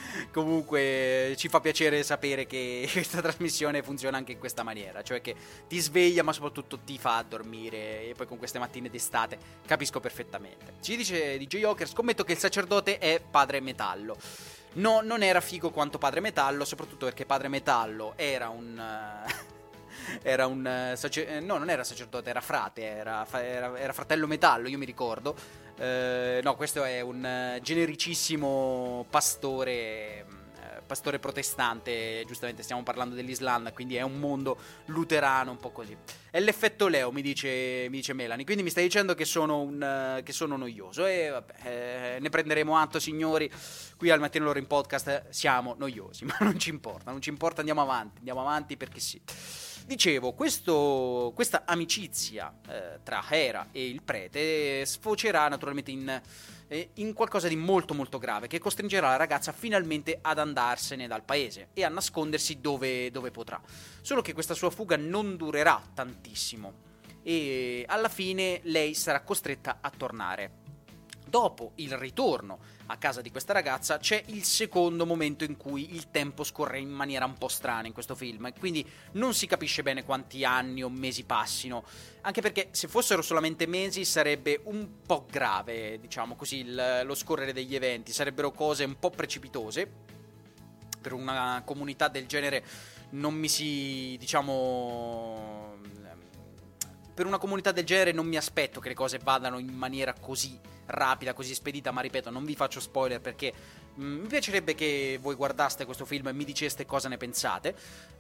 comunque ci fa piacere sapere che questa trasmissione funziona anche in questa maniera, cioè che ti sveglia ma soprattutto ti fa dormire, e poi con queste mattine d'estate capisco perfettamente. Ci dice D J Joker: scommetto che il sacerdote è Padre Metallo. No, non era figo quanto Padre Metallo, soprattutto perché Padre Metallo era un... era un sacer- no, non era sacerdote, era frate, era, era, era fratello Metallo, io mi ricordo. Eh, no, questo è un genericissimo pastore, pastore protestante, giustamente stiamo parlando dell'Islanda, quindi è un mondo luterano, un po' così. È l'effetto Leo, mi dice, mi dice Melanie, quindi mi stai dicendo che sono, un, che sono noioso, e vabbè, eh, ne prenderemo atto, signori. Qui al Mattino Loro in podcast siamo noiosi, ma non ci importa, non ci importa, andiamo avanti, andiamo avanti perché sì. Dicevo, questo, questa amicizia eh, tra Hera e il prete sfocerà naturalmente in, eh, in qualcosa di molto molto grave, che costringerà la ragazza finalmente ad andarsene dal paese e a nascondersi dove, dove potrà. Solo che questa sua fuga non durerà tantissimo e alla fine lei sarà costretta a tornare. Dopo il ritorno a casa di questa ragazza c'è il secondo momento in cui il tempo scorre in maniera un po' strana in questo film, e quindi non si capisce bene quanti anni o mesi passino, anche perché se fossero solamente mesi sarebbe un po' grave, diciamo così, il, lo scorrere degli eventi, sarebbero cose un po' precipitose. Per una comunità del genere non mi si, diciamo... Per una comunità del genere non mi aspetto che le cose vadano in maniera così rapida, così spedita, ma ripeto, non vi faccio spoiler perché mh, mi piacerebbe che voi guardaste questo film e mi diceste cosa ne pensate,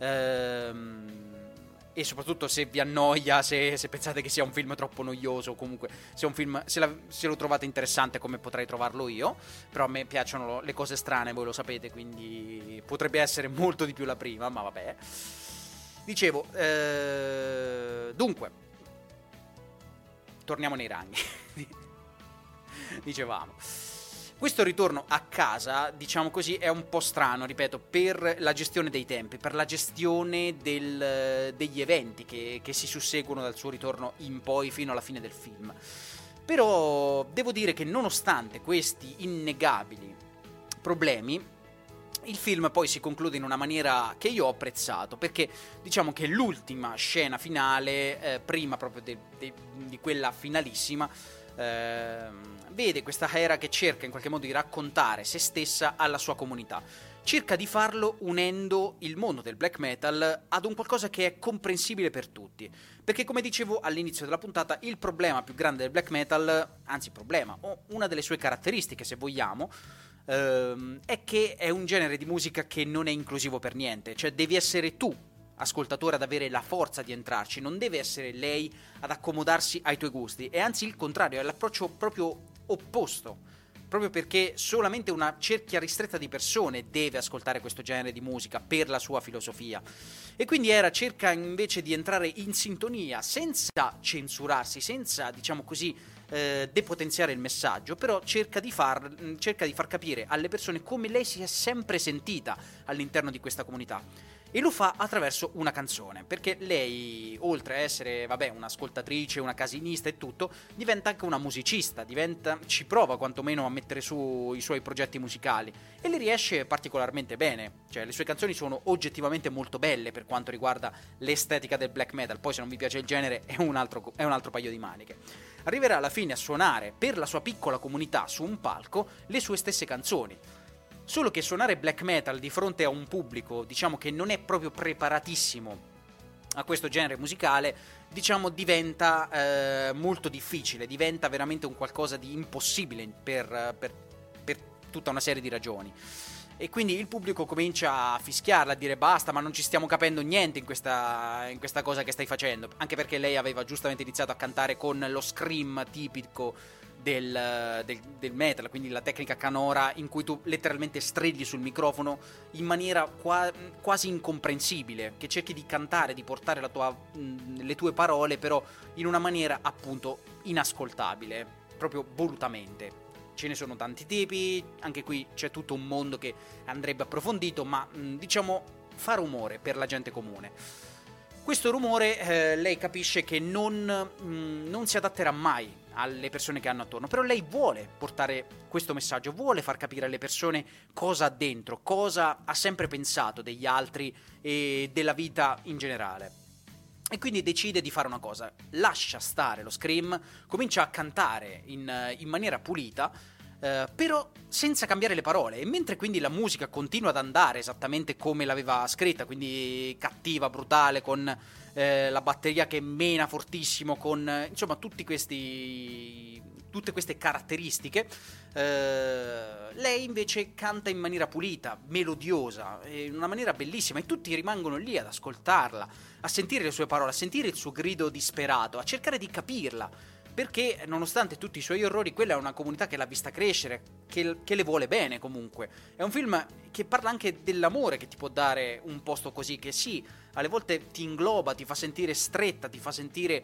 ehm, e soprattutto se vi annoia, se, se pensate che sia un film troppo noioso, o comunque se, è un film, se, la, se lo trovate interessante come potrei trovarlo io. Però a me piacciono le cose strane, voi lo sapete, quindi potrebbe essere molto di più la prima, ma vabbè. Dicevo, eh, dunque torniamo nei ranghi. Dicevamo, questo ritorno a casa, diciamo così, è un po' strano, ripeto, per la gestione dei tempi, per la gestione del, degli eventi che, che si susseguono dal suo ritorno in poi fino alla fine del film. Però devo dire che nonostante questi innegabili problemi, il film poi si conclude in una maniera che io ho apprezzato, perché diciamo che l'ultima scena finale, eh, prima proprio de, de, di quella finalissima, eh, vede questa Hera che cerca in qualche modo di raccontare se stessa alla sua comunità. Cerca di farlo unendo il mondo del black metal ad un qualcosa che è comprensibile per tutti. Perché, come dicevo all'inizio della puntata, il problema più grande del black metal, anzi problema, o una delle sue caratteristiche se vogliamo, ehm, è che è un genere di musica che non è inclusivo per niente. Cioè devi essere tu, ascoltatore, ad avere la forza di entrarci, non deve essere lei ad accomodarsi ai tuoi gusti, e anzi il contrario, è l'approccio proprio opposto, proprio perché solamente una cerchia ristretta di persone deve ascoltare questo genere di musica per la sua filosofia. E quindi Hera cerca invece di entrare in sintonia senza censurarsi, senza, diciamo così, eh, depotenziare il messaggio, però cerca di far cerca di far capire alle persone come lei si è sempre sentita all'interno di questa comunità. E lo fa attraverso una canzone, perché lei, oltre a essere, vabbè, un'ascoltatrice, una casinista e tutto, diventa anche una musicista, diventa, ci prova quantomeno a mettere su i suoi progetti musicali, e le riesce particolarmente bene. Cioè le sue canzoni sono oggettivamente molto belle per quanto riguarda l'estetica del black metal. Poi se non vi piace il genere è un altro, è un altro paio di maniche. Arriverà alla fine a suonare per la sua piccola comunità su un palco le sue stesse canzoni. Solo che suonare black metal di fronte a un pubblico, diciamo, che non è proprio preparatissimo a questo genere musicale, diciamo, diventa eh, molto difficile, diventa veramente un qualcosa di impossibile per, per, per tutta una serie di ragioni. E quindi il pubblico comincia a fischiarla, a dire basta, ma non ci stiamo capendo niente in questa, in questa cosa che stai facendo. Anche perché lei aveva giustamente iniziato a cantare con lo scream tipico Del, del, del metal, quindi la tecnica canora in cui tu letteralmente strilli sul microfono in maniera qua, quasi incomprensibile, che cerchi di cantare, di portare la tua, mh, le tue parole, però in una maniera appunto inascoltabile. proprio volutamente. Ce ne sono tanti tipi, anche qui c'è tutto un mondo che andrebbe approfondito, ma mh, diciamo fa rumore per la gente comune. Questo rumore eh, lei capisce che non, mh, non si adatterà mai alle persone che hanno attorno, però lei vuole portare questo messaggio, vuole far capire alle persone cosa ha dentro, cosa ha sempre pensato degli altri e della vita in generale. E quindi decide di fare una cosa, lascia stare lo scream, comincia a cantare in, in maniera pulita, eh, però senza cambiare le parole, e mentre quindi la musica continua ad andare esattamente come l'aveva scritta, quindi cattiva, brutale, con eh, la batteria che mena fortissimo, con eh, insomma tutti questi, tutte queste caratteristiche, eh, lei invece canta in maniera pulita, melodiosa, in una maniera bellissima, e tutti rimangono lì ad ascoltarla, a sentire le sue parole, a sentire il suo grido disperato, a cercare di capirla, perché nonostante tutti i suoi orrori quella è una comunità che l'ha vista crescere, che, che le vuole bene comunque. È un film che parla anche dell'amore che ti può dare un posto così, che sì, alle volte ti ingloba, ti fa sentire stretta, ti fa sentire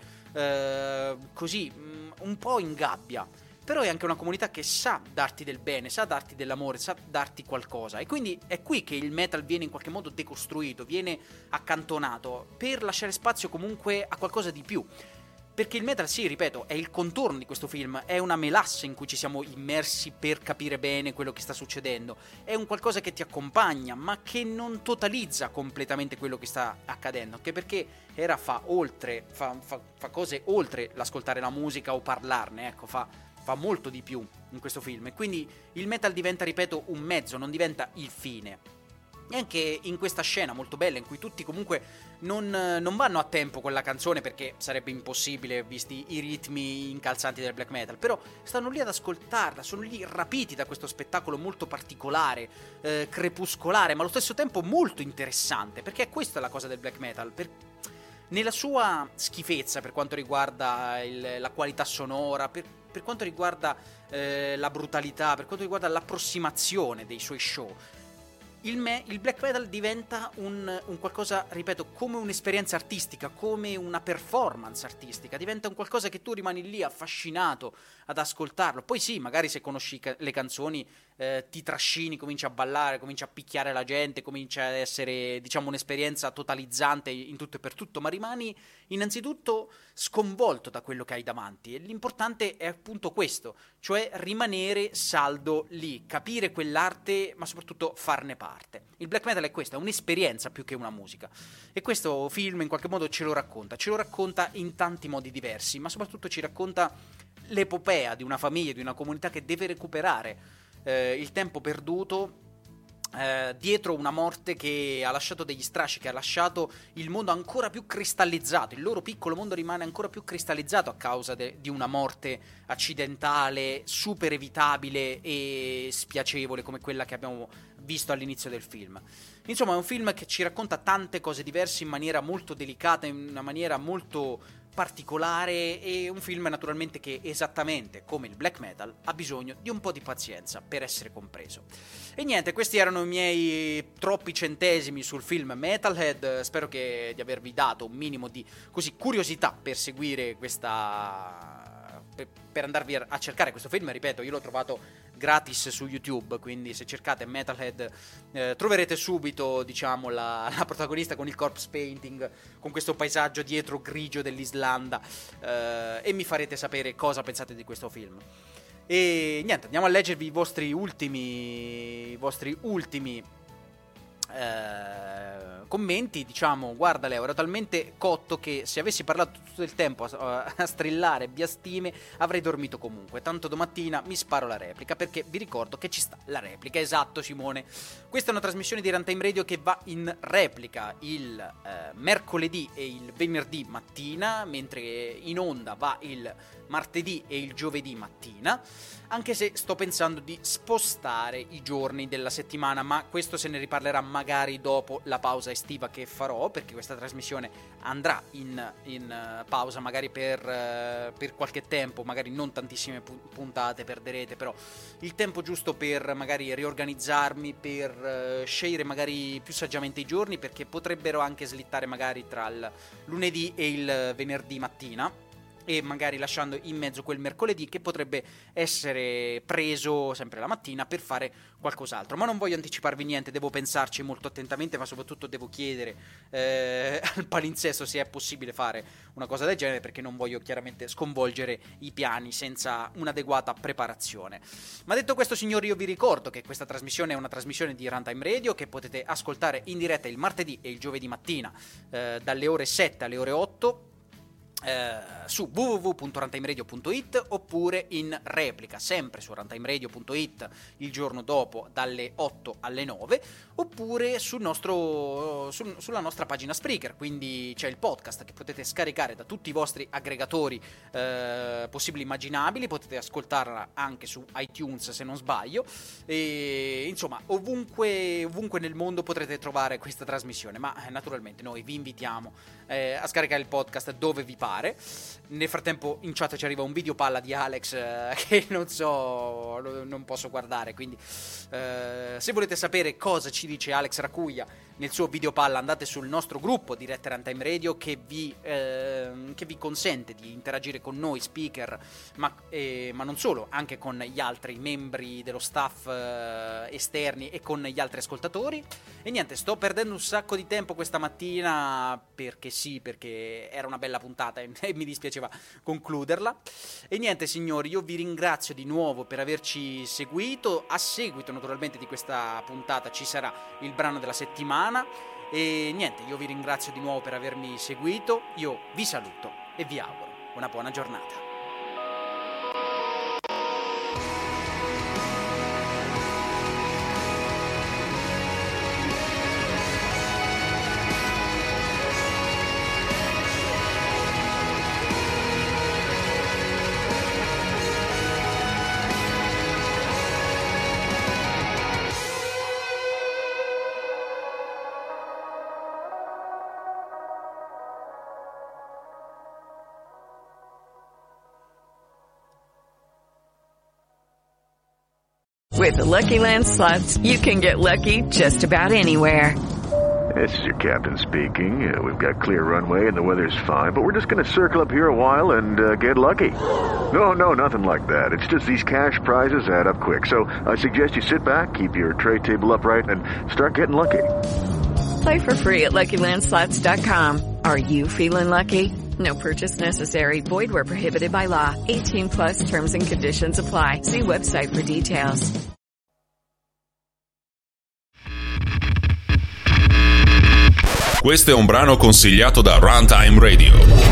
eh, così, un po' in gabbia, però è anche una comunità che sa darti del bene, sa darti dell'amore, sa darti qualcosa, e quindi è qui che il metal viene in qualche modo decostruito, viene accantonato per lasciare spazio comunque a qualcosa di più. Perché il metal, sì, ripeto, è il contorno di questo film, è una melassa in cui ci siamo immersi per capire bene quello che sta succedendo, è un qualcosa che ti accompagna, ma che non totalizza completamente quello che sta accadendo, anche perché Hera fa oltre, fa, fa, fa cose oltre l'ascoltare la musica o parlarne, ecco, fa, fa molto di più in questo film, e quindi il metal diventa, ripeto, un mezzo, non diventa il fine. E anche in questa scena molto bella in cui tutti comunque non, non vanno a tempo con la canzone, perché sarebbe impossibile visti i ritmi incalzanti del black metal, però stanno lì ad ascoltarla, sono lì rapiti da questo spettacolo molto particolare, eh, crepuscolare, ma allo stesso tempo molto interessante, perché questa è la cosa del black metal, per, nella sua schifezza per quanto riguarda il, la qualità sonora, per, per quanto riguarda eh, la brutalità, per quanto riguarda l'approssimazione dei suoi show. Il, me, il black metal diventa un, un qualcosa, ripeto, come un'esperienza artistica, come una performance artistica, diventa un qualcosa che tu rimani lì affascinato ad ascoltarlo. Poi sì, magari se conosci ca- le canzoni eh, ti trascini, cominci a ballare, cominci a picchiare la gente, comincia ad essere, diciamo, un'esperienza totalizzante in tutto e per tutto, ma rimani innanzitutto sconvolto da quello che hai davanti, e l'importante è appunto questo, cioè rimanere saldo lì, capire quell'arte, ma soprattutto farne parte. Il black metal è questo, è un'esperienza più che una musica, e questo film in qualche modo ce lo racconta, ce lo racconta in tanti modi diversi, ma soprattutto ci racconta l'epopea di una famiglia, di una comunità che deve recuperare eh, il tempo perduto eh, dietro una morte che ha lasciato degli strascichi, che ha lasciato il mondo ancora più cristallizzato, il loro piccolo mondo rimane ancora più cristallizzato a causa de- di una morte accidentale, super evitabile e spiacevole come quella che abbiamo visto all'inizio del film. Insomma, è un film che ci racconta tante cose diverse in maniera molto delicata, in una maniera molto particolare, e un film naturalmente che, esattamente come il black metal, ha bisogno di un po' di pazienza per essere compreso. E niente, questi erano i miei troppi centesimi sul film Metalhead. Spero che di avervi dato un minimo di così curiosità per seguire questa, per, per andarvi a cercare questo film. Ripeto, io l'ho trovato gratis su YouTube, quindi se cercate Metalhead eh, troverete subito, diciamo, la, la protagonista con il corpse painting, con questo paesaggio dietro grigio dell'Islanda, eh, e mi farete sapere cosa pensate di questo film. E niente, andiamo a leggervi i vostri ultimi i vostri ultimi eh, commenti. Diciamo, guarda Leo, ero talmente cotto che se avessi parlato tutto il tempo a, a strillare biastime avrei dormito comunque, tanto domattina mi sparo la replica, perché vi ricordo che ci sta la replica. Esatto, Simone, questa è una trasmissione di Runtime Radio che va in replica il eh, mercoledì e il venerdì mattina, mentre in onda va il martedì e il giovedì mattina, anche se sto pensando di spostare i giorni della settimana, ma questo se ne riparlerà magari dopo la pausa estiva che farò, perché questa trasmissione andrà in, in pausa magari per, uh, per qualche tempo, magari non tantissime puntate, perderete però il tempo giusto per magari riorganizzarmi, per uh, scegliere magari più saggiamente i giorni, perché potrebbero anche slittare magari tra il lunedì e il venerdì mattina. e magari lasciando in mezzo quel mercoledì che potrebbe essere preso sempre la mattina per fare qualcos'altro. Ma non voglio anticiparvi niente, devo pensarci molto attentamente, ma soprattutto devo chiedere eh, al palinsesto se è possibile fare una cosa del genere, perché non voglio chiaramente sconvolgere i piani senza un'adeguata preparazione. Ma detto questo, signori, io vi ricordo che questa trasmissione è una trasmissione di Runtime Radio che potete ascoltare in diretta il martedì e il giovedì mattina eh, dalle ore sette alle ore otto Uh, su w w w punto runtime radio punto i t oppure in replica sempre su runtime radio punto i t il giorno dopo dalle otto alle nove, oppure sul nostro, su, sulla nostra pagina Spreaker. Quindi c'è il podcast che potete scaricare da tutti i vostri aggregatori uh, possibili immaginabili, potete ascoltarla anche su iTunes se non sbaglio, e insomma ovunque, ovunque nel mondo potrete trovare questa trasmissione, ma eh, naturalmente noi vi invitiamo eh, a scaricare il podcast dove vi pare. Nel frattempo in chat ci arriva un video palla di Alex eh, che non so, non posso guardare, quindi eh, se volete sapere cosa ci dice Alex Racuglia nel suo video palla, andate sul nostro gruppo di Red Runtime Radio che vi, eh, che vi consente di interagire con noi speaker, ma, eh, ma non solo, anche con gli altri membri dello staff eh, esterni e con gli altri ascoltatori. E niente, sto perdendo un sacco di tempo questa mattina perché sì, perché era una bella puntata e mi dispiaceva concluderla. E niente, signori, io vi ringrazio di nuovo per averci seguito. A seguito naturalmente di questa puntata ci sarà il brano della settimana. E niente, io vi ringrazio di nuovo per avermi seguito. Io vi saluto e vi auguro una buona giornata. With the Lucky Land Slots, you can get lucky just about anywhere. This is your captain speaking. Uh, we've got clear runway and the weather's fine, but we're just going to circle up here a while and uh, get lucky. No, no, nothing like that. It's just these cash prizes add up quick. So I suggest you sit back, keep your tray table upright, and start getting lucky. Play for free at lucky land slots dot com. Are you feeling lucky? No purchase necessary. Void where prohibited by law. eighteen plus terms and conditions apply. See website for details. Questo è un brano consigliato da Runtime Radio.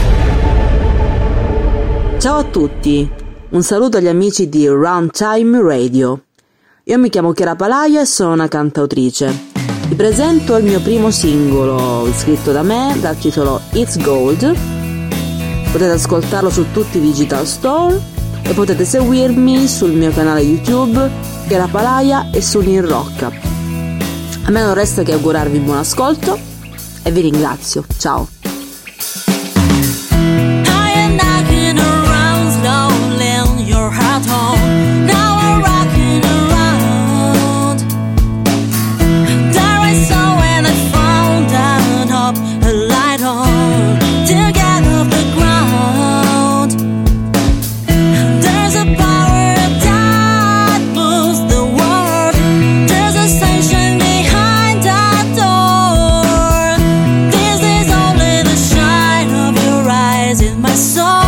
Ciao a tutti, un saluto agli amici di Runtime Radio. Io mi chiamo Chiara Palaia e sono una cantautrice. Vi presento il mio primo singolo scritto da me dal titolo It's Gold. Potete ascoltarlo su tutti i digital store e potete seguirmi sul mio canale YouTube Chiara Palaia e su Nil Rock. A me non resta che augurarvi buon ascolto e vi ringrazio. Ciao. My soul